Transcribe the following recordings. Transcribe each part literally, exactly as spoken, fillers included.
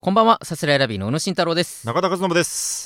こんばんは、さすらいラビーの宇野慎太郎です。 中田和信です。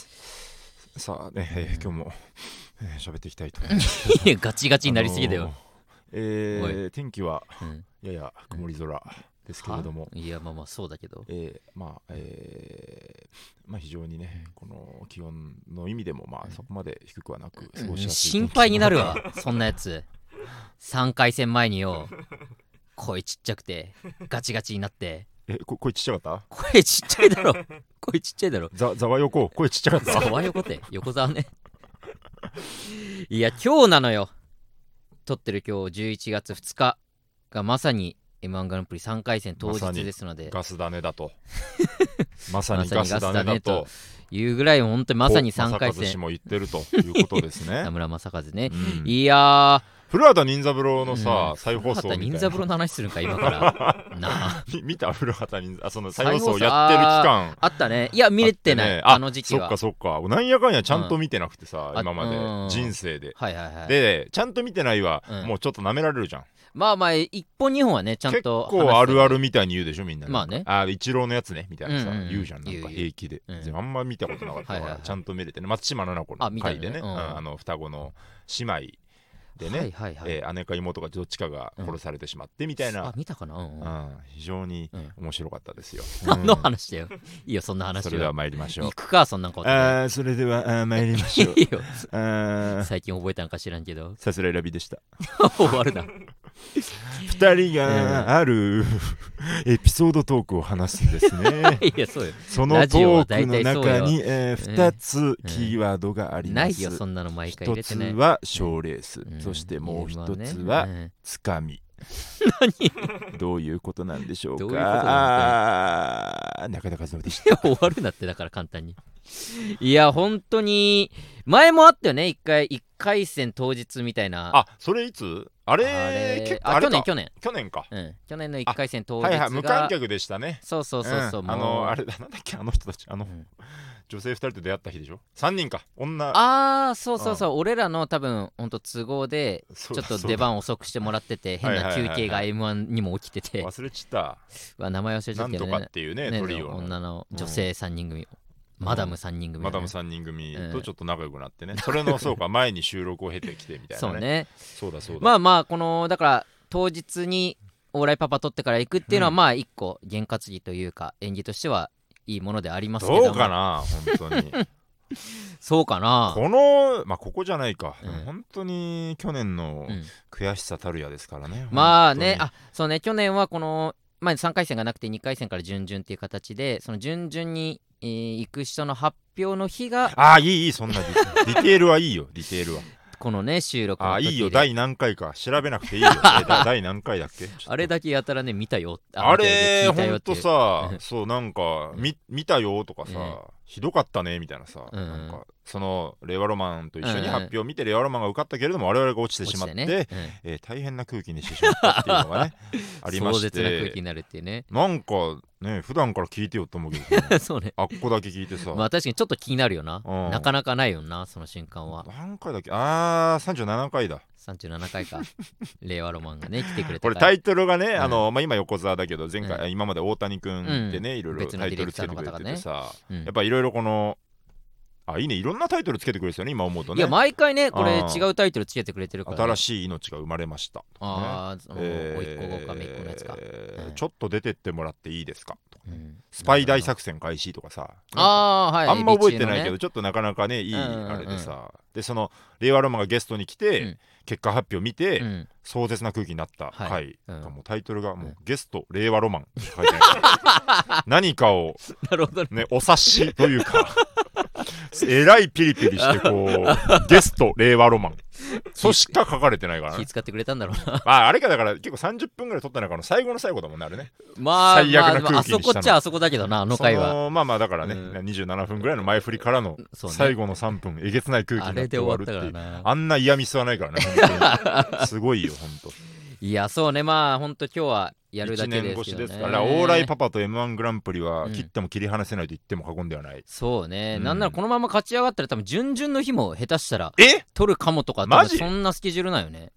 さあね、えー、今日もえー喋っていきたいと思いますけどガチガチになりすぎだよ、 あのーえー、天気はうん、 やや曇り空ですけれども、 いやまあまあそうだけど、 えー、まあ、えー、まあ非常にね、この気温の意味でもまあそこまで低くはなく過ごしやすい天気、 心配になるわそんなやつ。さんかい戦前によ、声ちっちゃくてガチガチになって、 えこ声ちっちゃかった？ 声ちっちゃいだろ声ちっちゃいだろ。 ざざわよこ声ちっちゃかった？ ざわよこって横澤ね。いや今日なのよ、撮ってる今日じゅういちがつふつかがまさに エムワン グランプリさんかい戦当日ですので、 ガス種だとまさにガス種だというぐらい本当にまさにさんかい戦、 正和氏も言ってるということですね。 田村正和ね、 うん、 いやー古畑任三郎のさ、うん、再放送みたいな。 古畑任三郎の話するんか今からなあ見た古畑任三郎、その再放送やってる期間あ, あったね。いや見れてない、ね、あ, あの時期は。 そっかそっか、なんやかんやちゃんと見てなくてさ、うん、今まで人生で、 はいはいはい、 でちゃんと見てないは、うん、もうちょっと舐められるじゃん。 まあまあいっぽんにほんはねちゃんと結構あるあるみたいに言うでしょみんな。 まあね、 あイチローのやつねみたいなさ、 うんうん、 言うじゃん、なんか平気で、うん、あんま見たことなかったから、はいはいはい、ちゃんと見れてね。松島菜々子の回でね、あ、ね、うん、あの双子の姉妹でね、はいはいはい、えー、姉か妹かどっちかが殺されてしまってみたいな、 うん、あ見たかな、うんうん、 非常に面白かったですよ、 うん、何の話だよ。いいよそんな話は。 それでは参りましょう。 行くかそんなこと、ね、 あそれではあ参りましょう。 いいよあ最近覚えたのか知らんけど、 さすらいラビでした。 終わるな。 二人がある、うん、エピソードトークを話すんですね。 いやそうよ、 そのトークの中に、えー、ふたつキーワードがあります、 うん、ないよそんなの毎回入れてね。 ひとつは賞レース、うん、そしてもう一つはつかみ。 何どういうことなんでしょうか。 どういうことなんあ中田和夫でした。 終わるなってだから簡単に。いや本当に前もあったよね、一回いっかい戦当日みたいな。 あそれいつあれあれ結構あれ去年去年去年か、 うん、去年のいっかい戦当日が、 はいはい、無観客でしたね。 そうそうそうそう、 うん、あのあれなんだっけ、あの人たちあの、うん、女性ふたりと出会った日でしょ。さんにんか女。 ああそうそうそう、うん、俺らの多分ほんと都合でちょっと出番遅くしてもらってて、変な休憩が エムワン にも起きてて、 忘れちったわ名前忘れちゃったけどね。 なんとかっていうね、 ねトリオの女の女性さんにん組、うん、マダムさんにん組、ね、 マダムさんにん組とちょっと仲良くなってね、うん、それのそうか前に収録を経てきてみたいなね。そうね、そうだそうだ。 まあまあこのだから当日にオーライパパ撮ってから行くっていうのは、うん、まあ一個験担ぎというか演技としてはいいものでありますけども。 どうかな本当にそうかなこのまあここじゃないか、うん、本当に去年の悔しさたるやですからね、うん、 まあね、あそうね、去年はこの、まあ、さんかい戦がなくてにかい戦から準々っていう形で、その準々に、えー、行く人の発表の日が、 ああいいいい、そんなディ、ディテールはいいよ、ディテールはこのね収録の時で。 あいいよ、第何回か調べなくていいよ。第何回だっけあれだけやたらね見たよ、 あ, あれほんとさそうなんか 見, 見たよとかさ、うん、ひどかったねみたいなさ、うん、なんかその令和ロマンと一緒に発表を見て、うん、令和ロマンが受かったけれども我々が落ちてしまって、ね、うん、えー、大変な空気にしてしまったっていうのがねありまして、 壮絶な空気になるっていうね。 なんかね普段から聞いてよと思うけど、ね、 そうね、 あっこだけ聞いてさ、 まあ確かにちょっと気になるよな、うん、なかなかないよなその瞬間は。 何回だっけ、あーさんじゅうななかいだ、 さんじゅうななかいか令和ロマンがね来てくれて、 これタイトルがね、うん、あのまあ、今横澤だけど前回、うん、今まで大谷くんってね、うん、いろいろタイトルつけてくれててさ、ね、やっぱいろいろこのあいいね、いろんなタイトルつけてくれてたよね今思うとね。 いや毎回ねこれ違うタイトルつけてくれてるから、ね、 新しい命が生まれました、ね、 ああ、えー、おいっ子ごかめっ子のやつか、 えーうん、ちょっと出てってもらっていいですかとか、うん、スパイ大作戦開始とかさ、 あー、はい、 あんま覚えてないけど、ね、ちょっとなかなかねいいあれでさ、うんうんうん、でその令和ロマンがゲストに来て、うん、結果発表見て、うん、壮絶な空気になった回、はい、うん、もうタイトルがもう、うん、ゲスト令和ロマンって書いてある何かを、 なるほどね、 ね、お察しというかえらいピリピリしてこうゲスト令和ロマンそしか書かれてないからね。 気使ってくれたんだろうなまああれか、だから結構さんじゅっぷんぐらい撮った中の最後の最後だもんねあれね。 まあ最悪な空気にしたの、まあ、あそこっちゃあそこだけどなあの回は。 まあまあだからね、うん、にじゅうななふんぐらいの前振りからの最後のさんぷん、ね、えげつない空気になって終わるっていう、 あ, あんな嫌ミスはないからね本当にすごいよ本当。 いやそうね、まあ本当今日はやるだけですけどね。いちねんごしですから、 オーライパパと エムワン グランプリは切っても切り離せないと言っても過言ではない、うん、 そうね、うん、なんならこのまま勝ち上がったら多分準々の日も下手したらえ取るかもとか、多分そんなスケジュールなんよね。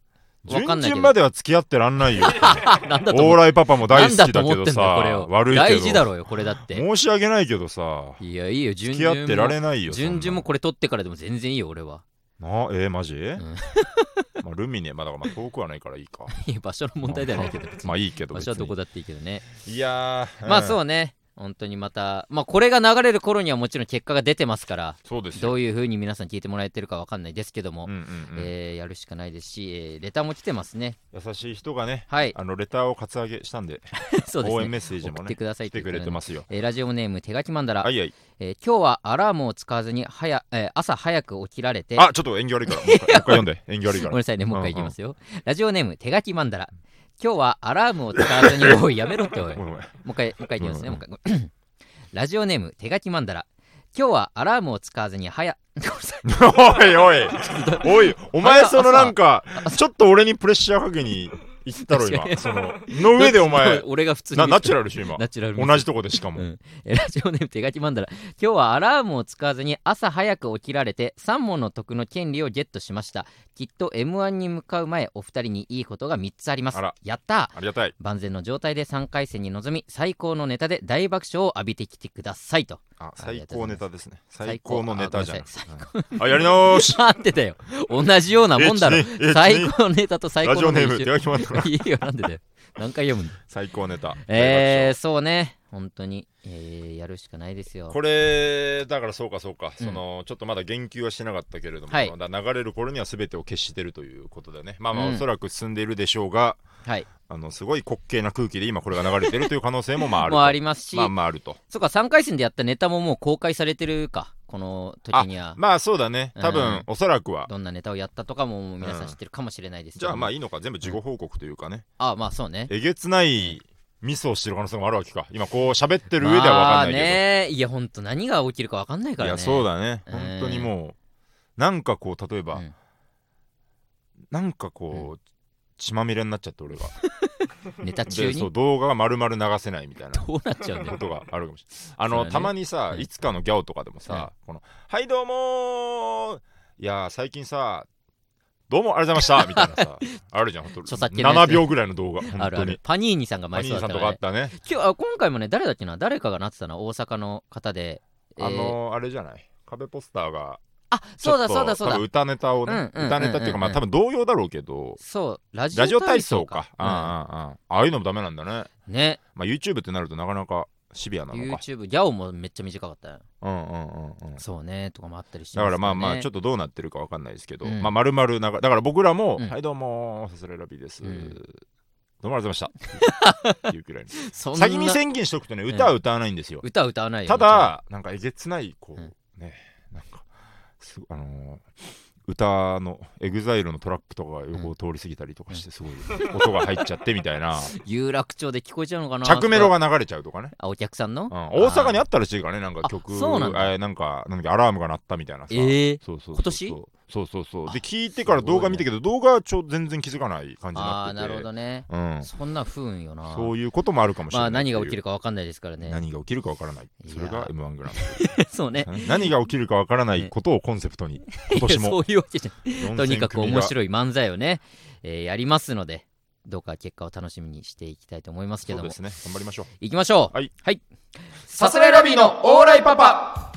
わかんないけど順々までは付き合ってらんないよなんだと思オーライパパも大好きだけなんだと思ってんだよどさこれを悪いけど大事だろうよこれだって申し訳ないけどさいやいいよ順付き 々 合ってられないよ順々もこれ取ってからでも全然いいよ俺はなえー、マジ、 んまあ、ルミネまあだからまあ遠くはないからいいかいや場所の問題ではないけど別にまあいいけど場所はどこだっていいけどねいやー、うん、 まあそうね本当にまたまあこれが流れる頃にはもちろん結果が出てますからそうですよどういう風に皆さん聞いてもらえてるかわかんないですけども、 うんうんうんえーやるしかないですし、えーレターも来てますね優しい人がねはいあのレターをカツアゲしたんでそうですね応援メッセージもね送ってください来てくれてますよえーラジオネーム手書きマンダラ、 はいはいえー今日はアラームを使わずに早、えー朝早く起きられてあちょっと縁起悪いからもう一回もう一回読んで縁起悪いからごめんなさいねもう一回いきますよ、ラジオネーム手書きマンダラ今日はアラームを使わずにおいやめろっておいもごめんごめんう一回もう一回いきますね、 うんもう一回ラジオネーム手書きマンダラ今日はアラームを使わずに早おいおいおいお前そのなんかちょっと俺にプレッシャーかけに言ったろ今そのの上でお前俺が普通になナチュラルでしょ今ナチュラル同じとこでしかも、 うんえラジオネーム手書きマンダラ今日はアラームを使わずに朝早く起きられてさん問の得の権利をゲットしましたきっと エムワン に向かう前お二人にいいことがみっつありますあらやったありがたい万全の状態でさんかい戦に臨み最高のネタで大爆笑を浴びてきてくださいとあ最高ネタですね最最高のネタじゃんあごめんなさいうんあやり直しなんてだよ同じようなもんだろえちねえちね最高のネタと最高のラジオネーム一緒手書きマンダラいいよなんでだよ何回読むんだ最高ネタえー、そうね本当に、えー、やるしかないですよこれだからそうかそうか、 うんそのちょっとまだ言及はしなかったけれども、 はいだ流れる頃には全てを消してるということでねまあまあうんおそらく進んでいるでしょうが、 はいあのすごい滑稽な空気で今これが流れてるという可能性もまああるともうありますし、 まあまああるとそうかさんかい戦でやったネタももう公開されてるかこの時にはまあそうだね多分、 うんおそらくはどんなネタをやったとかももう皆さん知ってるかもしれないですけど、 じゃあまあいいのか全部事後報告というかね、 あまあそうねえげつないミスをしてる可能性もあるわけか今こう喋ってる上では分かんないけど、 まあねいやほんと何が起きるか分かんないからねいやそうだねうん本当にもうなんかこう例えば、 うんなんかこう、血まみれになっちゃって俺がネタ中にでそう動画が丸々流せないみたいなどうなっちゃうんだよことがあるかもしれないあの、 そうだねたまにさ、 うんいつかのギャオとかでもさ、このはいどうもーいやー最近さどうもありがとうございましたみたいなさあるじゃんほんと著作権のやつななびょうぐらいの動画本当にあるあるパニーニさんがマニーさん前そうだったとかあったね今日あ今回もね誰だっけな誰かがなってたな大阪の方で、えーあのー、あれじゃない壁ポスターがあそうだちょっとそうだそうだ多分歌ネタをね、 うんうんうんうん歌ネタっていうかまあ多分同様だろうけどそうラジラジオオ体体操か操かああああああいうのもダメなんだねうんねまあ YouTube ってなるとなかなかシビアなのか YouTube ギャオもめっちゃ短かったようんうんうんうんそうねとかもあったりしてだからまあまあちょっっとどうなってるかわかんないですけど、 うんまあ丸々ながだから僕らも、 うんはいどうもさすらいラビです、 うんどうもありがとうございましたっていうくらいにとそんな先に宣言しておくとね歌は歌わないんですよ、 歌歌わないよただなんかえげつないこう、 うんねなんかすあのー歌のエグザイルのトラックとかが横を通り過ぎたりとかしてすごい音が入っちゃってみたいなもちろん有楽町で聞こえちゃうのかな着メロが流れちゃうとかね、 あお客さんのうん、大阪にあったらしいからねなんか曲あそうなんだえーなんかなんだっけアラームが鳴ったみたいなさ、 えーそうそうそうそう今年そうそうそうあで聞いてから動画見たけど、動画はちょ全然気づかない感じになっててああなるほどねうん、 そんな不運よなそういうこともあるかもしれないまあ何が起きるるか分かんないですからね何が起きるかわからないいやそれが エムワン グランそうねプリ何が起きるかわからないことをコンセプトに今年もそういうわけじゃんとにかく面い白い漫才をね、えーやりますのでどうか結果を楽しみにしていきたいと思いますけどもそうですね頑張りましょういきましょうはい、 はい、 さすらいラビーのオーライパパ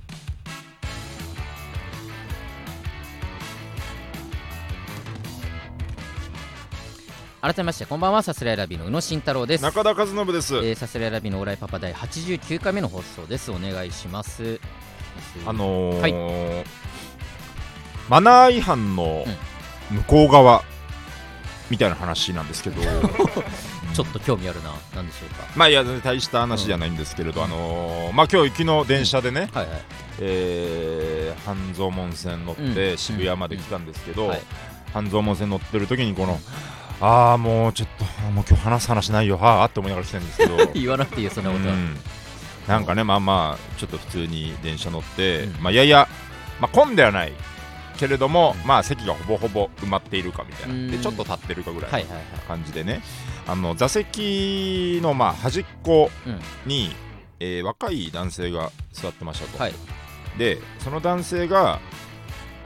改めましてこんばんはさすらいラビの宇野慎太郎です中田和信です、 えーさすらいラビのオーライパパ第はちじゅうきゅうかいめの放送ですお願いしますあのーはいマナー違反の向こう側みたいな話なんですけどちょっと興味あるな何でしょうかまあいや大した話じゃないんですけれど、 うんあのーまあ今日行きの電車でね、 はいはいえー半蔵門線乗ってうん渋谷まで来たんですけど、 うんはい半蔵門線乗ってる時にこのああもうちょっとあーもう今日話す話ないよはあって思いながら来てるんですけど言わなくていいよそんなことは、 うんなんかねまあまあちょっと普通に電車乗って、 うんまあいやいや、まあ、混んではないけれども、まあ席がほぼほぼ埋まっているかみたいな、 うんでちょっと立ってるかぐらいのはいはいはい感じでね、あの座席のまあ端っこうんに、えー若い男性が座ってましたと、 はいでその男性が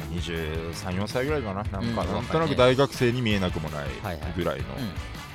にじゅうさん、よんさいぐらいかな、なんか、 うん、 なんとなく大学生に見えなくもないぐらいの、 はいはい、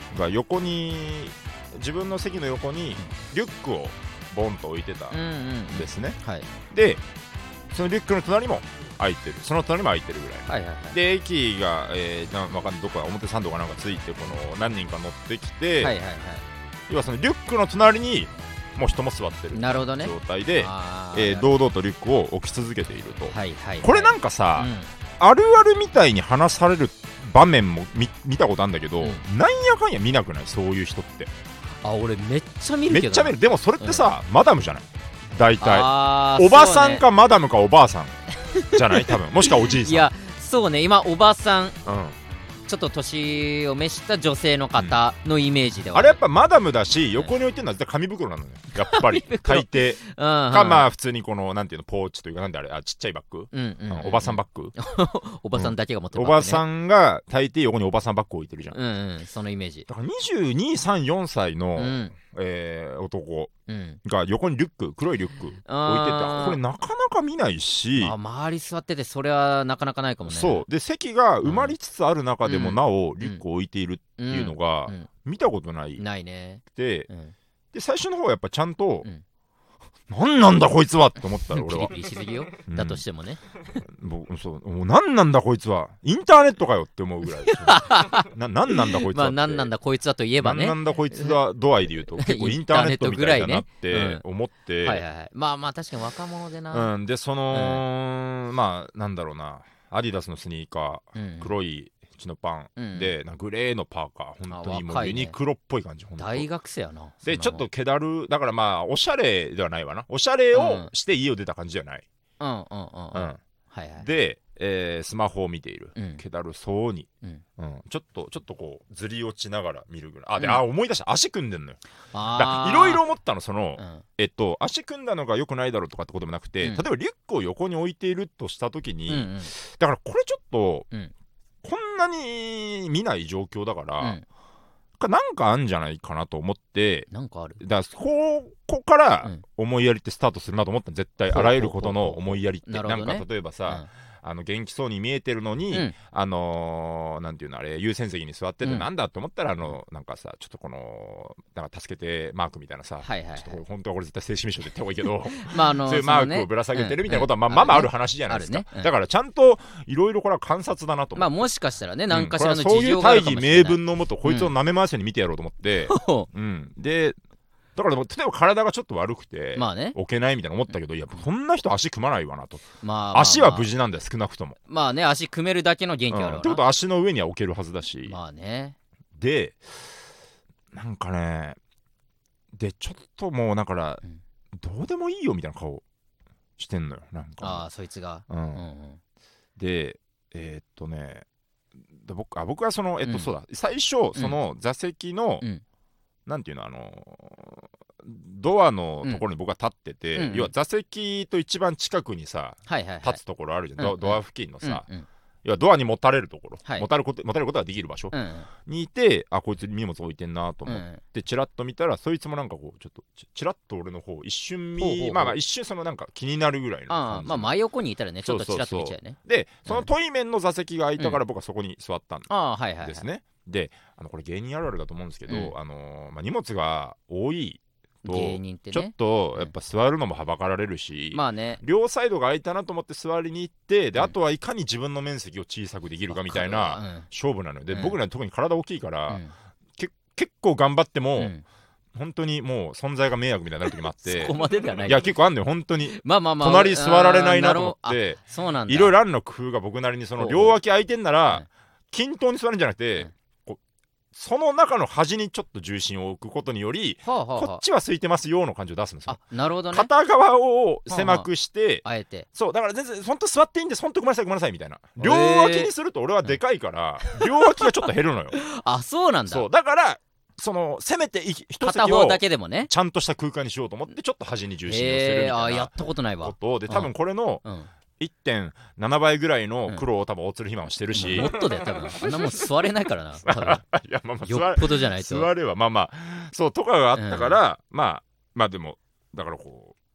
が横に自分の席の横にリュックをボンと置いてたんですね、 うんうんうん、はい、 でそのリュックの隣も空いてる、その隣も空いてるぐらい、はいはいはい、で駅が、えー、なわかんないどこか表参道かなんかついてこの何人か乗ってきて、はいはいはい、要はそのリュックの隣にもう人も座ってる状態で、ねえー、堂々とリュックを置き続けていると、はいはいはい、これなんかさ、うん、あるあるみたいに話される場面も 見, 見たことあるんだけど、うん、なんやかんや見なくない？そういう人って。 あ、俺めっちゃ見るけど、 めっちゃ見る。でもそれってさ、うん、マダムじゃない大体。おばさんかマダムかおばあさんじゃない多分。もしくはおじいさん。 いやそうね、今おばさん、うん、ちょっと年を召した女性の方のイメージでは、 うん、あれやっぱマダムだし、横に置いてるのは絶対紙袋なのよやっぱり大抵うん、うん、かまあ普通にこのなんていうのポーチというかなんであれあちっちゃいバッグ、うんうんうんうん、おばさんバッグおばさんだけが持ってるバッグ、ね、おばさんが大抵横におばさんバッグ置いてるじゃん、 うんうん、そのイメージだからにじゅうに、さん、よんさいの、うんえー、男が横にリュック黒いリュック置いてて、これなかなか見ないし、 まあ、周り座っててそれはなかなかないかもね。 そうで席が埋まりつつある中でもなおリュックを置いているっていうのが見たことない、 うんうん、ないね。 で、うん、で最初の方はやっぱちゃんと、うんなんなんだこいつはって思ったら俺はピリピリしすぎよ、うん、だとしてもね僕そうもうなんなんだこいつはインターネットかよって思うぐらいななんなんだこいつはまあなんなんだこいつはといえばねなんなんだこいつは度合いで言うと結構インターネットみたいだなって思ってはいはいはい、まあまあ確かに若者でな、 うん、でその、うん、まあなんだろうなアディダスのスニーカー、うん、黒いチノパンで、うん、グレーのパーカー本当にもうユニクロっぽい感じ、ね、 大学生やなでちょっと気だるだからまあおしゃれではないわなおしゃれをして家を出た感じではないうんうんうんうん、うんはいはい、 で、えー、スマホを見ている、うん、気だるそうに、うんうん、ちょっとちょっとこうずり落ちながら見るぐらいあで、うん、あ思い出した足組んでんのよいろいろ思ったのその、うん、えっと足組んだのが良くないだろうとかってこともなくて、うん、例えばリュックを横に置いているとした時に、うんうん、だからこれちょっと、うんこんなに見ない状況だから、うん、なんかあんじゃないかなと思ってなんかあるだからここから思いやりってスタートするなと思ったの絶対あらゆることの思いやりってなんか例えばさ、うんあの元気そうに見えてるのに、うん、あのー、なんていうのあれ優先席に座ってて、うん、なんだって思ったらあのなんかさちょっとこのなんか助けてマークみたいなさ、はいはいはい、ちょっと本当はこれ絶対正式名称で言った方がいいけどまああのそういうマークをぶら下げてるみたいなことは、うん、まあ、まあまあある話じゃないですか、ねうん、だからちゃんといろいろこれは観察だなと思って、 まあもしかしたらね何かしらの事情があるかもしれない、うん、そういう大義名分のもとこいつを舐め回せに見てやろうと思って、うん、でだからでも例えば体がちょっと悪くて、まあね、置けないみたいな思ったけどいやそんな人足組まないわなと、まあまあまあ、足は無事なんだよ少なくともまあね足組めるだけの元気あるわな、うん、 ってことは足の上には置けるはずだしまあねでなんかねでちょっともうだから、うん、どうでもいいよみたいな顔してんのよなんかああそいつが、 うんうんうん、でえー、っとね僕あ僕はそのえっと、うん、そうだ最初その座席の、うんなんていうのあのドアのところに僕は立ってて、うん、要は座席と一番近くにさ、はいはいはい、立つところあるじゃん、うんうん、ドア付近のさ、うんうん、要はドアに持たれるところ、はい、持たれること持たれることができる場所、うんうん、にいてあこいつ荷物置いてんなと思ってチラッと見たらそいつもなんかこうちょっとチラッと俺の方一瞬見ほうほうほうまあまあ一瞬そのなんか気になるぐらいの感じあまあ真横にいたらねちょっとチラッと見ちゃうねでその対面の座席が空いたから僕はそこに座ったんですね、うんあはいはいはい、であのこれ芸人あるあるだと思うんですけど、うんあのーまあ、荷物が多いと芸人って、ね、ちょっとやっぱ座るのもはばかられるし、うんまあね、両サイドが空いたなと思って座りに行ってで、うん、あとはいかに自分の面積を小さくできるかみたいな勝負なので、うん、僕ら特に体大きいから、うん、け結構頑張っても、うん本当にもう存在が迷惑みたいになる時もあってそこまでではないいや結構あんのよ本当にまあまあまあ隣座られないなと思ってそうなんだいろいろあるの工夫が僕なりにその両脇空いてんなら均等に座るんじゃなくて、うんこうその中の端にちょっと重心を置くことにより、はあはあ、こっちは空いてますよの感じを出すんですよ。 あなるほどね片側を狭くして、はあはあ、あえてそうだから全然本当座っていいんです本当ごめんなさいごめんなさいみたいな両脇にすると俺はでかいから、うん、両脇がちょっと減るのよあそうなんだそうだからそのせめて一席を片方だけでもねちゃんとした空間にしようと思ってちょっと端に重心を寄せるみたいな、 えー、あやったことないわことで多分これの、うん、いってんなな 倍ぐらいの苦労を多分大鶴ひまはしてるし、 うん、もっとだよ多分あんなもん座れないからな多分いやまあまあよっぽどじゃないと座れはまあまあそうとかがあったから、うん、まあまあでもだからこ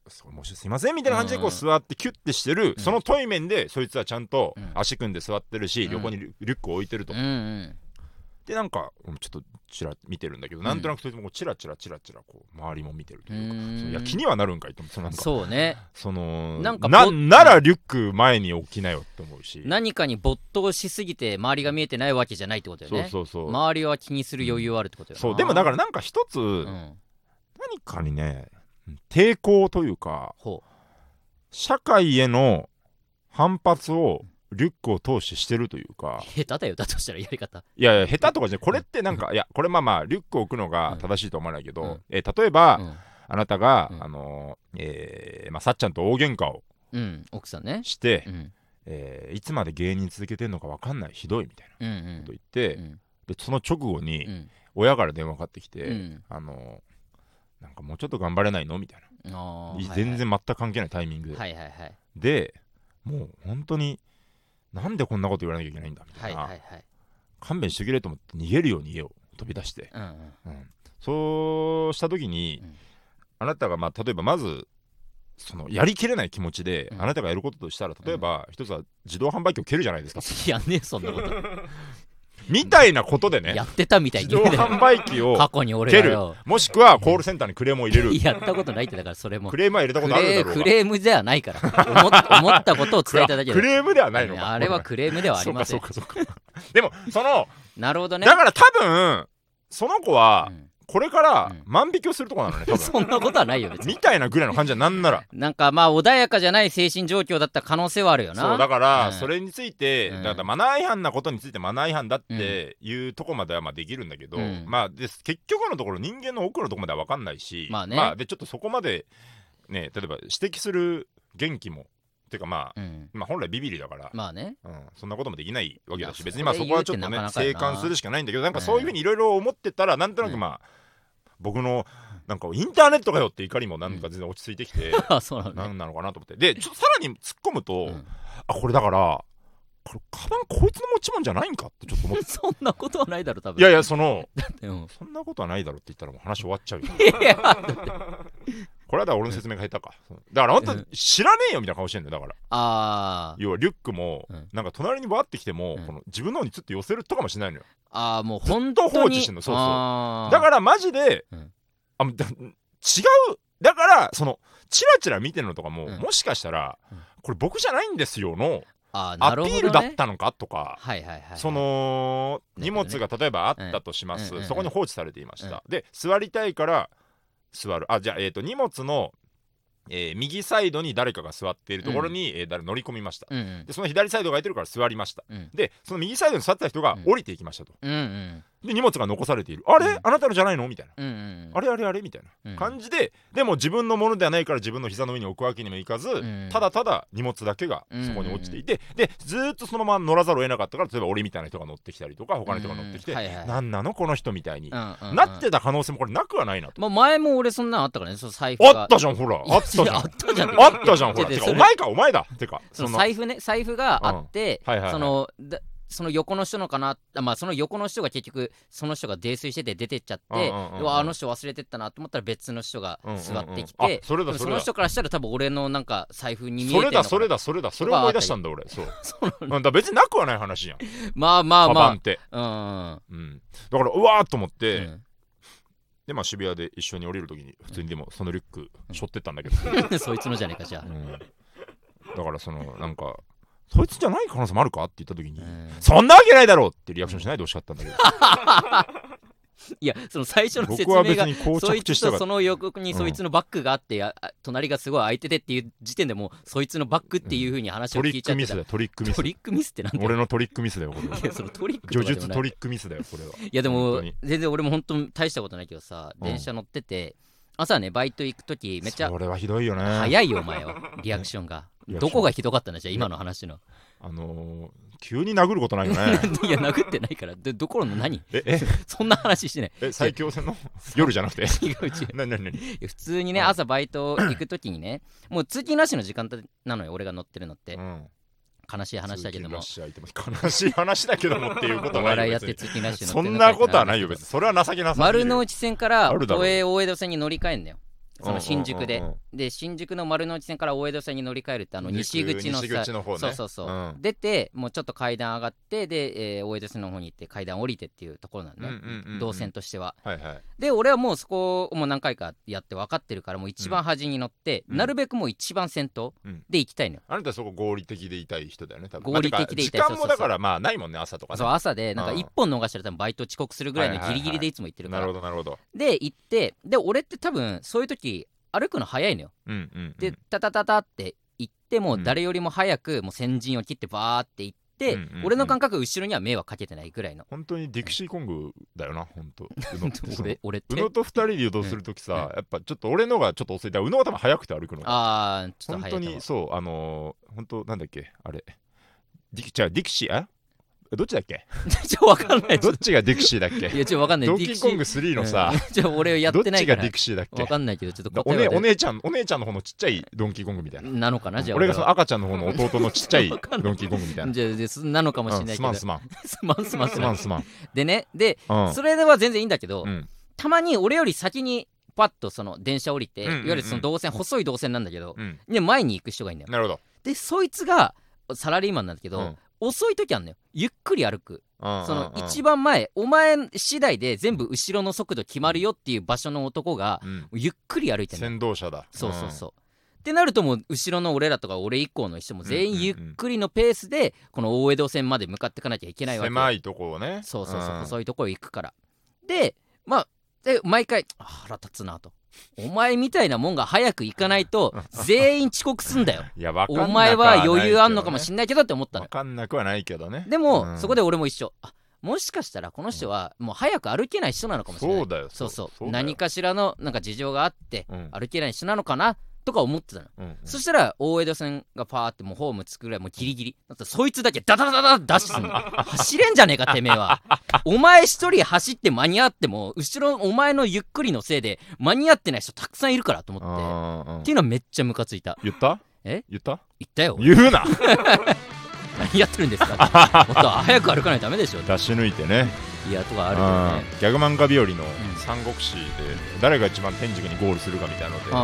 もしすいませんみたいな感じでこう座ってキュッてしてる、うん、その対面でそいつはちゃんと足組んで座ってるし、うん、横にリュックを置いてると、うんうん、でなんかちょっとチラ見てるんだけど、うん、なんとなくそいつもこうチラチラチラチラこう周りも見てるというか、うん、いや気にはなるんかいと思って、そのなんかそうね、 そのなんか な, ならリュック前に置きなよって思うし、 何かに没頭しすぎて周りが見えてないわけじゃないってことよね。そうそうそう、周りは気にする余裕あるってことよな、 そうでもだからなんか一つ、うん、何かにね抵抗というか、ほう社会への反発をリュックを通してしてるというか、 下手だよだとしたらやり方、 いやいや下手とかじゃない、これってなんか、うん、いやこれまあまあリュックを置くのが正しいと思わないけど、うん、えー、例えば、うん、あなたが、うん、あのー、えー、まあさっちゃんと大喧嘩を、 うん、奥さんねして、うん、えー、いつまで芸人続けてんのか分かんない、ひどいみたいなこと言って、うんうん、でその直後に、うん、親から電話かかってきて、うん、あのーなんかもうちょっと頑張れないのみたいな、あ、全然全く関係ないタイミングで、はいはいはい、でもう本当になんでこんなこと言わなきゃいけないんだみたいな、はいはいはい、勘弁してくれと思って逃げるように家を飛び出して、うんうんうん、そうした時に、うん、あなたがまあ例えばまずそのやりきれない気持ちで、うん、あなたがやることとしたら例えば、うん、一つは自動販売機を蹴るじゃないですか。 やんねえそんなことみたいなことでね、 やってたみたいに自動販売機を過去に俺がよ、 もしくはコールセンターにクレームを入れるやったことないって、だからそれもクレームは入れたことあるだろうが、 クレームではないから思っ思ったことを伝えただけでクレームではないのか、 あれはクレームではありません。 そうかそうかそうかでもそのなるほどね、 だから多分その子は、うん、これから万引きをするとこなのね、多分そんなことはないよ別にみたいなぐらいの感じはなんならなんかまあ穏やかじゃない精神状況だった可能性はあるよな。 そうだから、うん、それについて、うん、だからマナー違反なことについてマナー違反だっていうとこまではまあできるんだけど、うん、まあで結局のところ人間の奥のとこまでは分かんないし、まあね、まあ、でちょっとそこまでね、例えば指摘する元気もてかまあ、うん、まあ本来ビビリだからまあね、うん、そんなこともできないわけだし、別にまあそこはちょっとね静観するしかないんだけど、なんかそういうふうにいろいろ思ってたらなんとなくまあ、うん、僕のなんかインターネットかよって怒りもなんか全然落ち着いてきて、うん、そうなんね、なんなのかなと思って、でちょっとさらに突っ込むと、うん、あこれだからこれカバンこいつの持ち物じゃないんかってちょっと思ってそんなことはないだろ多分。 いやいやそのだって、うん、 そんなことはないだろって言ったらもう話終わっちゃうよいやこれはだから俺の説明が下手か、うん、だから本当に知らねえよみたいな顔してんだよ。だからあ要はリュックも、うん、なんか隣にバーってきても、うん、この自分の方にちょっと寄せるとかもしないのよ。 ああもう本当にずっと放置してんの。そうそうだからマジで、うん、あだ違うだからそのチラチラ見てるのとかも、うん、もしかしたら、うん、これ僕じゃないんですよのあアピールだったのかとか、その荷物が例えばあったとします、うん、そこに放置されていました、うん、で座りたいから座る、あじゃあ、えー、と荷物の、えー、右サイドに誰かが座っているところに、うんえー、誰乗り込みました、うんうん、でその左サイドが空いてるから座りました、うん、でその右サイドに座ってた人が降りていきましたと、うんうんうんで荷物が残されている、あれ、うん、あなたのじゃないのみたいな、うんうん、あれあれあれみたいな感じで、うん、でも自分のものではないから自分の膝の上に置くわけにもいかず、うん、ただただ荷物だけがそこに落ちていて、うん、でずーっとそのまま乗らざるを得なかったから、例えば俺みたいな人が乗ってきたりとか他の人が乗ってきて、うんはいはい、なんなのこの人みたいに、うんうん、なってた可能性もこれなくはないなと、 まあ、前も俺そんなのあったからね、その財布があったじゃんほらあったじゃんあったじゃんあったじゃんほらてかお前かお前だてかその財布ね財布があって、うんはいはいはい、そのだその横の人のかな、まあその横の人が結局その人が泥酔してて出てっちゃって、うんうんうん、あの人忘れてったなと思ったら別の人が座ってきて、うんうんうん、それだそれだその人からしたら多分俺のなんか財布に見えてるのかな、 それだそれだそれだそれを思い出したんだ俺そうそうなんだ別になくはない話やんまあまあまあカバンって、 うんうん、 だからうわーっと思って、うん、でまあ渋谷で一緒に降りるときに普通にでもそのリュック背負ってったんだけど、 うん、そいつのじゃねえかじゃあ、うん、 だからそのなんかそいつじゃない可能性もあるかって言った時に、うん、そんなわけないだろうってリアクションしないでほしかったんだけどいやその最初の説明がそいつとその横にそいつのバッグがあって、うん、隣がすごい空いててっていう時点でもうそいつのバッグっていう風に話を聞いちゃってた、うん、 トリックミスだよトリックミストリックミスってなんだよ俺のトリックミスだよこれいやそのトリック叙述トリックミスだよこれはいやでも全然俺も本当大したことないけどさ、電車乗ってて朝ねバイト行くときめっちゃそれはひどいよね早いよお前はリアクションがどこがひどかったんだじゃあ今の話のあのー、急に殴ることないよねいや殴ってないからど、どころの何ええそんな話してないえ最強戦の夜じゃなくて違う違う何何何普通にね朝バイト行くときにねもう通勤なしの時間帯なのよ俺が乗ってるのって、うん、悲しい話だけども悲しい話だけどもっていうことはないよお笑いやって通勤なしのそんなことはないよ別にそれは情けなさ丸の内線から都営大江戸線に乗り換えんだよその新宿で、で新宿の丸の内線から大江戸線に乗り換えるって、あの西口のさ、 西口の方ね、 そうそうそう、うん、出てもうちょっと階段上がってで、えー、大江戸線の方に行って階段降りてっていうところなんだね、うんうんうんうん、動線としては、はいはい、で俺はもうそこをもう何回かやって分かってるから、もう一番端に乗って、うん、なるべくもう一番先頭で行きたいのよ、 うん、あなたそこ合理的でいたい人だよね多分。 合理的でいたい、 まあ、時間もだからまあないもんね、朝とかね。 そう朝でなんか一本逃したら多分バイト遅刻するぐらいのギリギリでいつも行ってるから、 はいはいはい、なるほどなるほど。 で行って、で俺って多分そういう時歩くの早いのよ、うんうんうん、でタタタタって行っても誰よりも早くもう先陣を切ってバーって行って、うんうんうん、俺の感覚後ろには迷惑かけてないぐらいの。 本当にディクシーコングだよな本当。 俺俺って宇野とふたりで移動するときさ、うん、やっぱちょっと俺のがちょっと遅いだから宇野が多分早くて歩くの。 ああちょっと早い。 本当にそうあのー、本当なんだっけあれディじゃあディクシーあどっちだっけちょわかんない。 どっちがディクシーだっけ。 いやちょわかんない。 ドンキーコングスリーのさ、 うん、ちょ俺やってないからどっちがディクシーだっけわかんないけど、ちょっとお、ね、お姉ちゃんお姉ちゃんの方のちっちゃいドンキーコングみたいななのかな。じゃあ俺がその赤ちゃんの方の弟のちっちゃいドンキーコングみたいなじゃあなのかもしれないけど、うん、 すまんすまんすまんすまんすまんでねで、うん、それでは全然いいんだけど、うん、たまに俺より先にパッとその電車降りて、うんうんうん、いわゆるその動線細い動線なんだけど、うん、で前に行く人がいいんだよ。 なるほど。 でそいつがサラリーマンなんだけど、うん、遅い時あんのよ。ゆっくり歩く、その一番前お前次第で全部後ろの速度決まるよっていう場所の男が、うん、ゆっくり歩いてる。 先導者だ。 そうそうそう、うん、ってなるともう後ろの俺らとか俺以降の人も全員ゆっくりのペースでこの大江戸線まで向かっていかなきゃいけないわけ。 狭いとこをね。 そうそうそう、うん、そういうとこ行くからでまあで毎回腹立つなと、お前みたいなもんが早く行かないと全員遅刻すんだよ。 いやわかんなくはお前は余裕あんのかもしんないけどって思ったの。 わかんなくはないけどね。 でも、うん、そこで俺も一緒、あもしかしたらこの人はもう早く歩けない人なのかもしれない。 そうだよ。 そうそうそう、何かしらのなんか事情があって歩けない人なのかなとか思ってたの、うんうん、そしたら大江戸線がパーってもうホームつくぐらいもうギリギリだったらそいつだけダダダダダダッシュすんの走れんじゃねえかてめえはお前一人走って間に合っても後ろお前のゆっくりのせいで間に合ってない人たくさんいるからと思って、うん、っていうのはめっちゃムカついた。 言ったえ言った言ったよ。 言うな何やってるんですかもっと早く歩かないとダメでしょ。 出し抜いてね。 いやとかあるけどね。 ギャグ漫画日和の三国志で誰が一番天竺にゴールするかみたいなので、うん、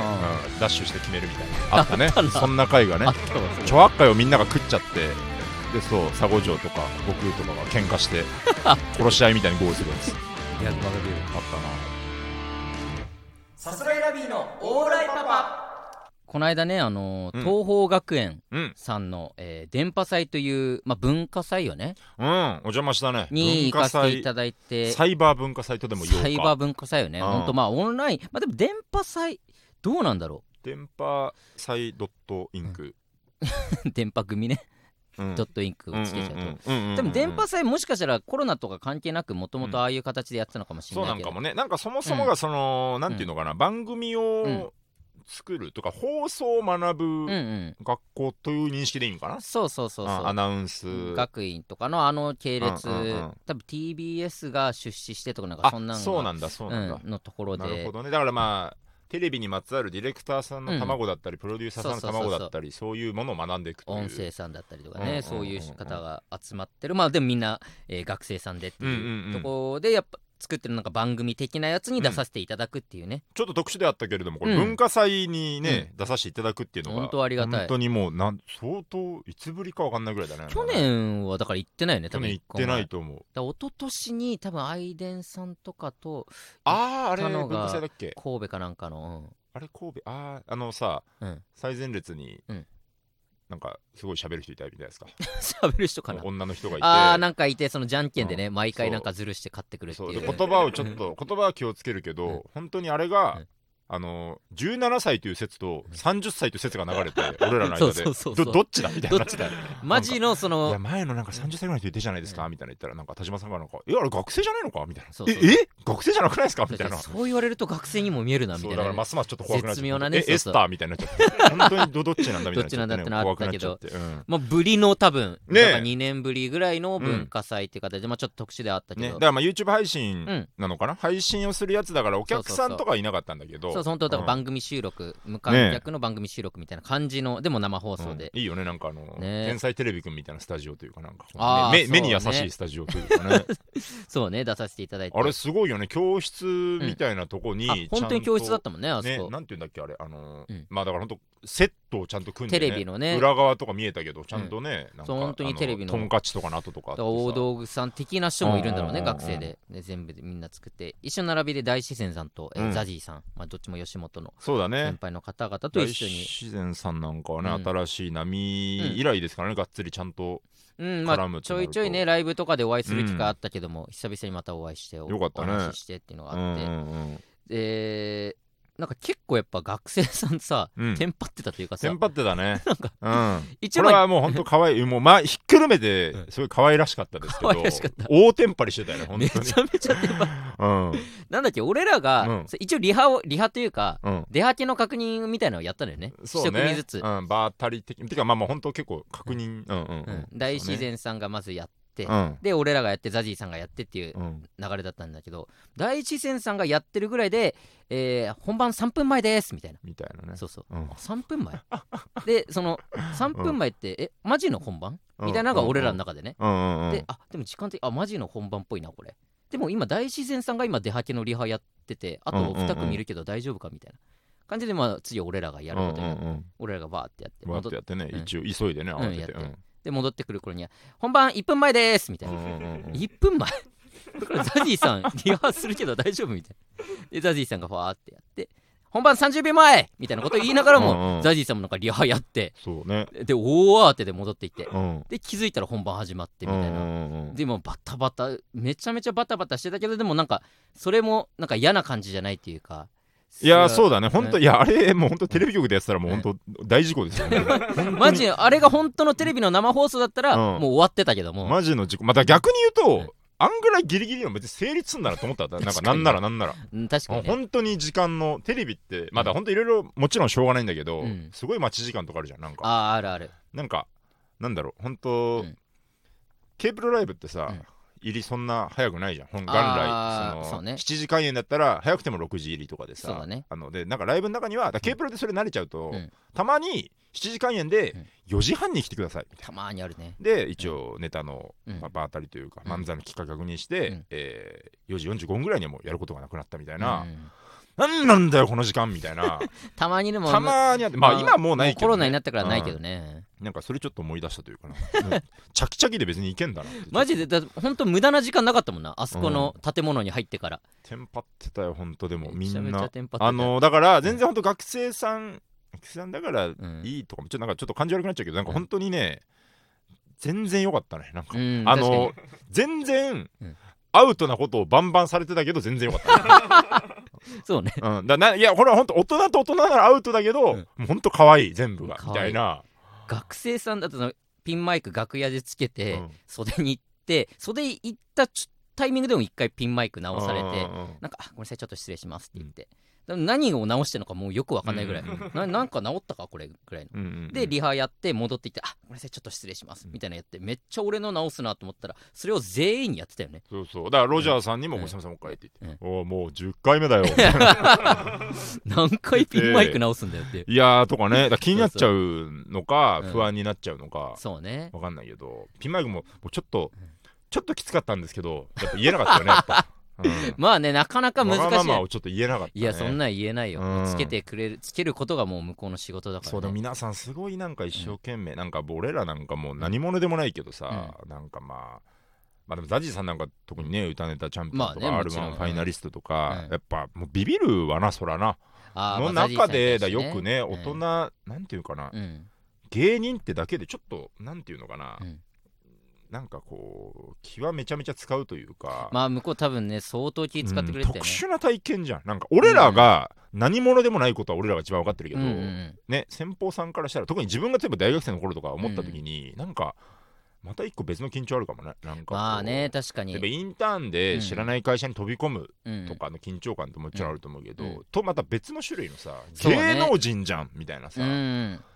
ダッシュして決めるみたいなあったね。そんな回がねちょあっかいをみんなが食っちゃって、でそう佐護城とか悟空とかが喧嘩して殺し合いみたいにゴールするんです。 ギャグ漫画日和あったな。さすらいラビーのオーライパパ。この間ね、あのーうん、東邦学園さんの、うんえー、電波祭という、まあ、文化祭よね。 うん、お邪魔したね。 に行かせていただいて、 サイバー文化祭とでも言おうか。 サイバー文化祭よね。ほんとまあオンライン、まあでも電波祭どうなんだろう。電波祭ドットインク。 電波組ね。うん、ドットインクをつけちゃうと。でも電波祭もしかしたらコロナとか関係なくもともとああいう形でやってたのかもしれないけど。 そうなんかもね。なんかそもそもがその、うん、なんていうのかな、番組を、うん作るとか放送を学ぶ学校という認識でいいのかな、うんうん、そうそうそうそうアナウンス学院とかのあの系列、うんうんうん、多分 ティービーエス が出資してとかなんかそんなのがそうなんだそうなんだ、 うん、のところでなるほどね。だからまあテレビにまつわるディレクターさんの卵だったり、うん、プロデューサーさんの卵だったりそういうものを学んでいくという音声さんだったりとかね、うんうんうんうん、そういう方が集まってるまあでもみんな、えー、学生さんでっていうところでやっぱ作ってるなんか番組的なやつに出させていただくっていうね、うん、 ちょっと特殊であったけれどもこれ文化祭にね、うん、出させていただくっていうのが本当ありがたい。 本当にもうなん相当いつぶりか分かんないぐらいだね。 去年はだから行ってないよね多分。 去年行ってないと思う。 だ一昨年に多分アイデンさんとかとあああれ文化祭だっけ神戸かなんかの、うん、 あれ神戸あああのさ、うん、最前列に、うんなんかすごい喋る人いたみたいですか。 喋る人かな。 女の人がいてああなんかいてそのじゃんけんでね、うん、毎回なんかずるして勝ってくるっていう。 そうで言葉をちょっと言葉は気をつけるけど、うん、本当にあれが、うんあのじゅうななさいという説とさんじゅっさいという説が流れて俺らの間でそうそうそうそうど, どっちだみたいな。 どっちだマジのそのいや前のなんかさんじゅっさいぐらいの人いてじゃないですか、うん、みたいな言ったらなんか田島さんがなんかえあれ学生じゃないのかみたいな。そうそうええ学生じゃなくないですかみたいな。 そう言われると学生にも見えるなみたいな、ね、 そうだからますますちょっと怖くなっちゃって絶妙なねえエスターみたいになっちゃって本当に ど, どっちなんだみたいな、ね、 どっちなんだってのあったけど、 うん、 まあぶりの多分、ね、だからにねんぶりぐらいの文化祭っていう形で、うん、まあちょっと特殊であったけど、ね、 だからまあ YouTube 配信なのかな、うん、配信をするやつだからお客さんとかいなかったんだけどそう本当だから番組収録、うん、無観客の番組収録みたいな感じの、ね、でも生放送で、 うん、いいよねなんかあの、ね、天才テレビくんみたいなスタジオというかなんか、ね、目, 目に優しいスタジオというかねそうね出させていただいてあれすごいよね教室みたいなとこに、うん、 本当に教室だったもんねあそこ、 ね、なんていうんだっけあれあのーうん、まあだから本当セットをちゃんと組んで、ね、 テレビのね裏側とか見えたけどちゃんとね、うん、なんかそう本当にテレビのトンカチとかの後とか大道具さん的な人もいるんだろうね学生で、で全部でみんな作って一緒並びで大自然さんと、えーうん、ザジーさん、まあ、どっちも吉本の先輩の方々と一緒に、 大自然さんなんかはね、うん、新しい波以来ですからね、うん、がっつりちゃんとうんまあ、ちょいちょいねライブとかでお会いする機会あったけども、うん、久々にまたお会いしておよかった、ね、 お話ししてっていうのがあって、 うんうんうん、 でなんか結構やっぱ学生さんさ、うん、テンパってたというかさテンパってたねなんか、 うん、一これはもうほんと可愛いもう、ま、ひっくるめてすごい可愛らしかったですけど、うん、大テンパりしてたよね本当にめちゃめちゃテンパ、うん、なんだっけ俺らが、うん、一応リハをリハというか、うん、出はけの確認みたいなのをやったのよねそうね一組ずつ、 うん、場当たり的てかまあまあ本当結構確認、うんうんうんうん、大自然さんがまずやってうん、で俺らがやってザジーさんがやってっていう流れだったんだけど、うん、第一線さんがやってるぐらいで、えー、本番さんぷんまえですみたいなみたいなねそうそう、うん、さんぷんまえでそのさんぷんまえって、うん、えマジの本番、うん、みたいなのが俺らの中でね、うんうんうん、であでも時間的あマジの本番っぽいなこれでも今大自然さんが今出はけのリハやっててあとに組いるけど大丈夫かみたいな感じで、まあ、次俺らがやることになって、うんうんうん、俺らがバーってやってバーってやってね、うん、一応急いでね慌てて、うんで戻ってくる頃には本番いっぷんまえですみたいな、うんうんうん、いっぷんまえだからザジーさんリハするけど大丈夫みたいなでザジーさんがファーってやって本番さんじゅうびょうまえみたいなこと言いながらもうん、うん、ザジーさんもなんかリハやってそう、ね、 で大慌てで戻っていって、うん、で気づいたら本番始まってみたいな、うんうんうん、でもバタバタめちゃめちゃバタバタしてたけどでもなんかそれもなんか嫌な感じじゃないっていうかいやそうだね本当、うん、いやあれもう本当テレビ局でやってたらもう本当、うん、大事故ですよねマジあれが本当のテレビの生放送だったら、うん、もう終わってたけどもマジの事故また逆に言うと、うん、あんぐらいギリギリの別に成立すんならと思ったらなんかなんならなんなら確かに、ね、 本当に時間のテレビってまだ本当いろいろもちろんしょうがないんだけど、うん、すごい待ち時間とかあるじゃんなんかああるあるなんかなんだろう本当、うん、K プロライブってさ、うん入りそんな早くないじゃん元来その、ね、しちじ開演だったら早くてもろくじ入りとかでさ、ね、あのでなんかライブの中には K プロでそれ慣れちゃうと、うん、たまにしちじ開演でよじはんに来てくださいみたいなたまにあるねで一応ネタの、うんまあ、場当たりというか、うん、漫才の企画確認して、うんえー、よじよんじゅうごふんぐらいにはもうやることがなくなったみたいな、うんなんなんだよこの時間みたいなたまにでもたまにあってまあ、まあ、今はもうないけど、ね、 コロナになったからないけどね、 うん、なんかそれちょっと思い出したというかなチャキチャキで別にいけんだなマジでだほんと無駄な時間なかったもんなあそこの建物に入ってから、うん、 テンパってたよほんとでもみんなあのだから全然ほんと学生さん、うん、学生さんだからいいとかもちょっとなんかちょっと感じ悪くなっちゃうけどなんか本当にね、うん、全然良かったねなんか、うん、あの全然、うんアウトなことをバンバンされてたけど全然よかったそうね、 うん、だないやこれは本当大人と大人ならアウトだけど、うん、もう本当可愛い全部がみたいな学生さんだとピンマイク楽屋でつけて、うん、袖に行って袖行ったタイミングでも一回ピンマイク直されて、うんうんうん、なんかあごめんなさいちょっと失礼しますって言って、うん、何を直してるのかもうよく分かんないぐらい、うん、な, なんか直ったかこれぐらいの、うんうんうん、でリハやって戻ってきてあごめんなさいちょっと失礼します、うん、みたいなやってめっちゃ俺の直すなと思ったらそれを全員にやってたよねそうそうだからロジャーさんにも、うん、ごめんなさいもう一回って言って、うん、おもうじゅっかいめだよ何回ピンマイク直すんだよっていやーとかねだ気になっちゃうのか不安になっちゃうのか、 うん、そうね分かんないけどピンマイクももうちょっと、うん、ちょっときつかったんですけどやっぱ言えなかったよねやっぱうん、 まあねなかなか難しい。 わがままをちょっと言えなかった、ね、 いやそんなん言えないよ、うん、つけてくれるつけることがもう向こうの仕事だから、ね、 そうだ皆さんすごいなんか一生懸命、うん、なんか俺らなんかもう何者でもないけどさ、うん、なんかまあまあでもザジーさんなんか特にね歌ネタチャンピオンとか、まあね、アールワン ファイナリストとか、うん、やっぱもうビビるわなそらなの中でだよくね大人、うん、なんていうかな、うん、芸人ってだけでちょっとなんていうのかな、うんなんかこう気はめちゃめちゃ使うというかまあ向こう多分ね相当気使ってくれてたよね、 うん、特殊な体験じゃんなんか俺らが何者でもないことは俺らが一番分かってるけど、うんうん、ね先方さんからしたら特に自分が例えば大学生の頃とか思った時に、うん、なんかまた一個別の緊張あるかもねなんかまあね確かに例えばインターンで知らない会社に飛び込むとかの緊張感ってもちろんあると思うけど、うんうん、とまた別の種類のさ芸能人じゃんみたいなさ、うん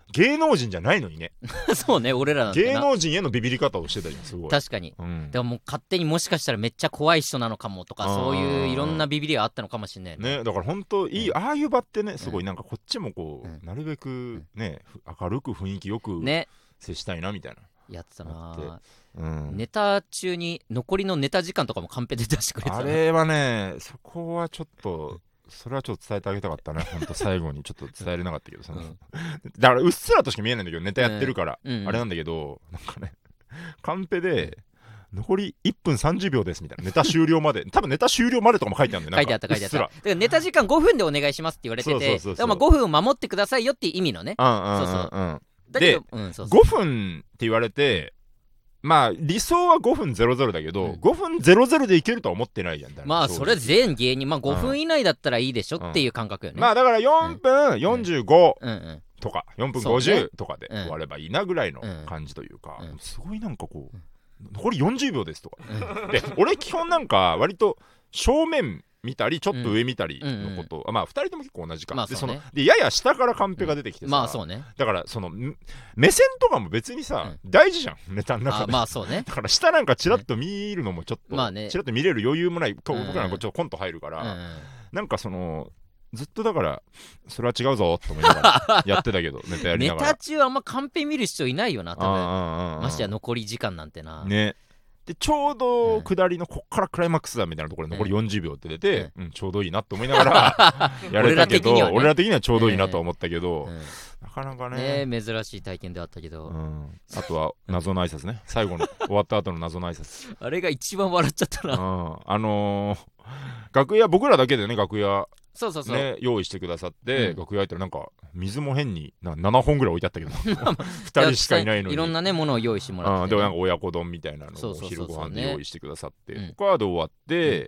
芸能人じゃないのにねそうね、俺らなんてな芸能人へのビビり方をしてたじゃん、すごい。 確かに、うん、でももう勝手にもしかしたらめっちゃ怖い人なのかもとか、そういういろんなビビりがあったのかもしれないね。ね、だから本当いい、うん、ああいう場ってね、すごいなんかこっちもこう、うん、なるべくね、明るく雰囲気よく接したいなみたいな、ね、 やってたな、うん、ネタ中に残りのネタ時間とかもカンペで出してくれてた。 あれはね、そこはちょっとそれはちょっと伝えてあげたかったね、ほんと最後にちょっと伝えれなかったけど、その、うん、だからうっすらとしか見えないんだけど、ネタやってるから、うんうん、あれなんだけど、なんかね、カンペで、残りいっぷんさんじゅうびょうですみたいな、ネタ終了まで、多分ネタ終了までとかも書いてあるんだよ、 書いてあった書いてあった。だからネタ時間ごふんでお願いしますって言われてて、ごふん守ってくださいよっていう意味のね。そうそう。 で、うん、そうそうごふんって言われて、まあ理想はごふんゼロゼロだけど、うん、ごふんゼロゼロでいけるとは思ってないじゃん。 まあそれ全芸人、まあごふん以内だったらいいでしょっていう感覚よね、うん、 まあだからよんぷんよんじゅうごとかよんぷんごじゅうとかで終わればいいなぐらいの感じというか、うんうん、すごいなんかこう残りよんじゅうびょうですとか、うん、で俺基本なんか割と正面見たりちょっと上見たりのこと、うんうん、まあふたりとも結構同じか、まあ、でそのでやや下からカンペが出てきてさ、うん、まあそうね、だからその目線とかも別にさ、うん、大事じゃんネタの中で。 まあそうね、 だから下なんかチラッと見るのもちょっと、まあね、チラッと見れる余裕もない、僕らなんかちょっとコント入るから、うんうん、なんかそのずっとだからそれは違うぞと思いながらやってたけどネタやりながらネタ中あんまカンペ見る人いないよな多分、ましてや残り時間なんてなね。でちょうど下りのこっからクライマックスだみたいなところで残りよんじゅうびょうって出て、うんうん、ちょうどいいなと思いながらやれたけど俺ら的にはちょうどいいなと思ったけど、うんうん、なかなかねね珍しい体験であったけど、うん、 あとは謎の挨拶ね最後の終わった後の謎の挨拶あれが一番笑っちゃったな、うん、 あのー、楽屋僕らだけでね楽屋そうそうそう、 ね、用意してくださって、うん、楽屋入ったらなんか水も変になななほんぐらい置いてあったけどふたりしかいないのにいろんなねものを用意してもらって、ね、 でもなんか親子丼みたいなのをお昼ご飯で用意してくださって、ここはで終わって、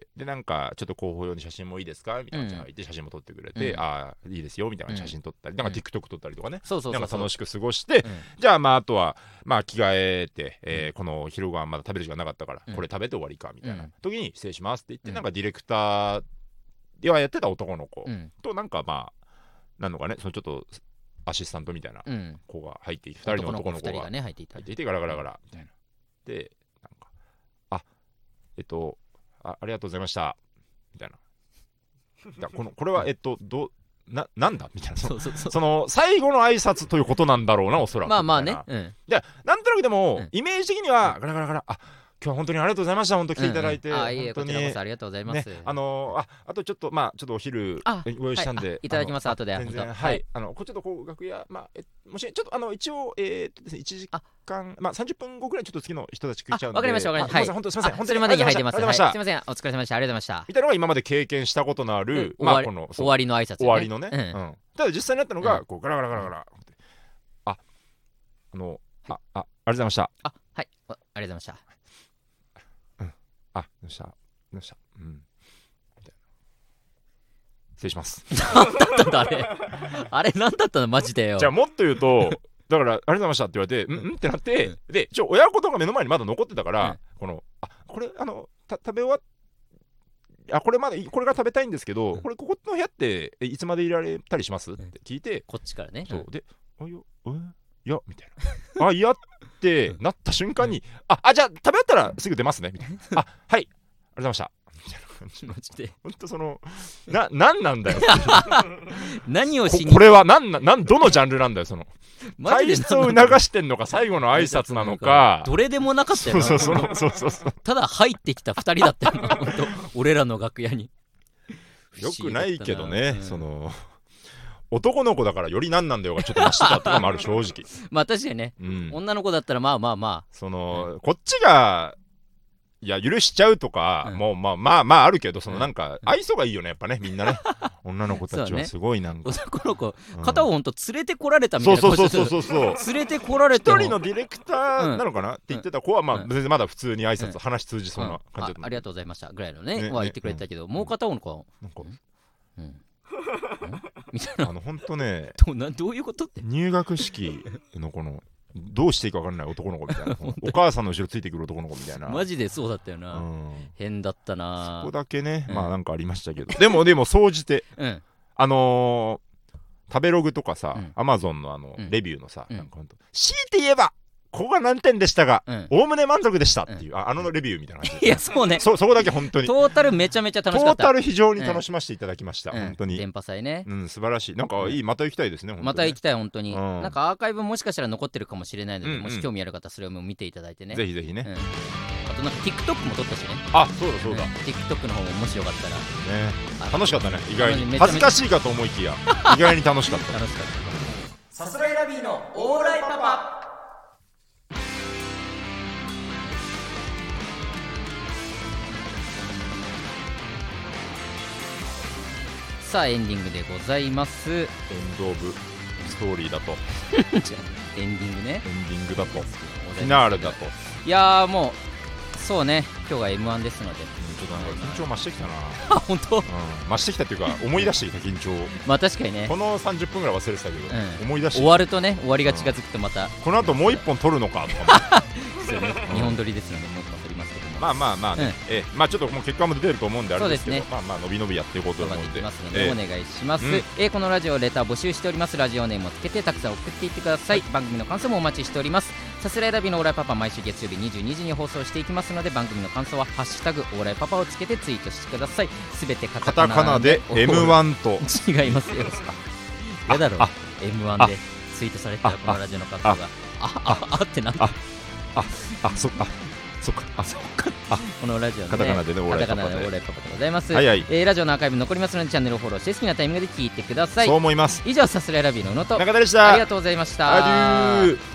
うん、でなんかちょっと広報用に写真もいいですかみたいな感じで入って写真も撮ってくれて、うん、ああいいですよみたいな写真撮ったり、うん、なんか TikTok 撮ったりとかね、うん、なんか楽しく過ごして、うん、じゃあまああとはまあ着替えて、えー、この昼ご飯まだ食べる時間なかったから、うん、これ食べて終わりかみたいな時に失礼しますって言って、うん、なんかディレクターいややってた男の子となんかまあなんのかねそのちょっとアシスタントみたいな子が入っていて、ふたりの男の子が入っていてガラガラガラみたいなでなんかあえっと あ, ありがとうございましたみたいなこのこれはえっとどななんだみたいな そ, そ, そ, その最後の挨拶ということなんだろうなおそらくまあまあね、うん、 でなんとなくでも、うん、イメージ的にはガラガラガラあ今日は本当にありがとうございました。本当来ていただいて、うんうん、あいえこちらこそありがとうございます。 ね、あのー、ああとちょっとまあちょっとお昼ご用意したんで、はい、 いただきます後で全然はい、あのこちょっとこう楽屋まあえもしちょっとあの一応えー、っとですねいちじかんまあさんじゅっぷんごくらいちょっと次の人たち来ちゃうんで、 わかりましたわかりました。 はい、本当すみません本当にそれまでに入ってます。はい、すみませんお疲れ様でしたありがとうございました。 みたいなのが今まで経験したことのある、まあこの終わりの挨拶、ね、 終わりのね、うんうん、ただ実際になったのが、うん、こうガラガラガラガラ、うん、ああの、はい、ああありがとうございました。 あはいありがとうございました。 あ、どうしたどうしたうん。みたいな。失礼します。 何だったんだあれ。あれ何だったのマジでよ。 じゃあもっと言うと、だからありがとうございましたって言われて、うんうんってなって、うん、で、ちょ親子とか目の前にまだ残ってたから、うん、この、あ、これあの、た食べ終わっあ、これまだこれが食べたいんですけど、うん、これここの部屋っていつまでいられたりします、うん、って聞いて、 こっちからね。 そうで、あよ、えいやみたいな。あ、いやってなった瞬間に、うん、あ、あ、じゃあ食べ終わったらすぐ出ますねみたいな。あ、はい、ありがとうございました。みたいな感じの。マジで。本当その、な、なんなんだよ。 何をしにこ、これはなんな、なん、どのジャンルなんだよ、その。体質を促してんのか、最後の挨拶なのか。 どれでもなかったよな。 そうそうそうそうそうそう。 ただ入ってきたふたりだったよな、本当俺らの楽屋に。 よくないけどね、うん、その。男の子だからより何なんだよがちょっと増してたとかもある正直まあ確かにね、うん、女の子だったらまあまあまあその、うん、こっちがいや許しちゃうとか、うん、もうまあまあまああるけどそのなんか愛想がいいよねやっぱねみんなね女の子たちはすごいなんか、 ね、男の子、うん、片方ほんと連れてこられたみたいなそうそうそうそうそう連れてこられて一人のディレクターなのかな、うん、って言ってた子はまあ全然まだ普通に挨拶、うん、話通じそうな感じだった、 うん、あ, ありがとうございましたぐらいの ね, ねは言ってくれたけど、うん、もう片方の子はなんかうんみたいなあの本当ねど, などういうことって入学式のこのどうしていいか分からない男の子みたいなお母さんの後ろついてくる男の子みたいなマジでそうだったよな、うん、変だったなそこだけね、うん、まあなんかありましたけどでもでも総じて、うん、あのー、 食べログとかさ、アマゾンのあの、 うんレビューのさ、 うんなんかほんと強いて言えばここが何点でしたがうんおおむね満足でしたっていう、ああのレビューみたいな感じいやそうねそそこだけ本当にトータルめちゃめちゃ楽しかったトータル非常に楽しませていただきました、 うん本当に電波祭ねうん素晴らしいなんかいいまた行きたいですね本当にねまた行きたい本当に、 うんなんかアーカイブもしかしたら残ってるかもしれないので、 うんうんもし興味ある方それをもう見ていただいてねぜひぜひね、 うんあとなんか TikTok も撮ったしねあそうだそうだ、 ん TikTok の方ももしよかったらねあ楽しかったね意外にあのねめちゃめちゃ恥ずかしいかと思いきや意外に楽しかった楽しかったさすらいラビーのオーライパパさあエンディングでございますエンエンド・オブ・ストーリーだとディングねエンディングだとフィナーレだといやーもうそうね今日が エムワン ですのでちょっとなんか緊張増してきたなあ本当、 うん、増してきたっていうか思い出してきた緊張まあ確かにねこのさんじゅっぷんぐらい忘れてたけど、 うん思い出して終わるとね終わりが近づくとまた、 この後もう一本撮るのかとかですよね日本撮りですのでもう一本撮りますけどもまあまあまあね、 うんえまあちょっともう結果も出てると思うんであれですけどそうですねまあまあ伸び伸びやっていこうと思うんで頑張っていきますので、 えお願いします、 うんえーこのラジオレター募集しておりますラジオネームをつけてたくさん送っていってください番組の感想もお待ちしておりますさすらいラビのオーライパパ毎週月曜日にじゅうにじに放送していきますので番組の感想はハッシュタグオーライパパをつけてツイートしてくださいすべてカタカタカナで エムワン と違いますよやだろあエムワン でツイートされてたらこのラジオの感想があああってなんだああそっかそっかあそっかあこのラジオの、ね、 カタカナでねオーライパパでカタカナでオーライパパでございます、 はいはいえーラジオのアーカイブ残りますのでチャンネルをフォローして好きなタイミングで聞いてくださいそう思います以上さすらいラビーの宇野と中田でしたありがとうございましたアデュー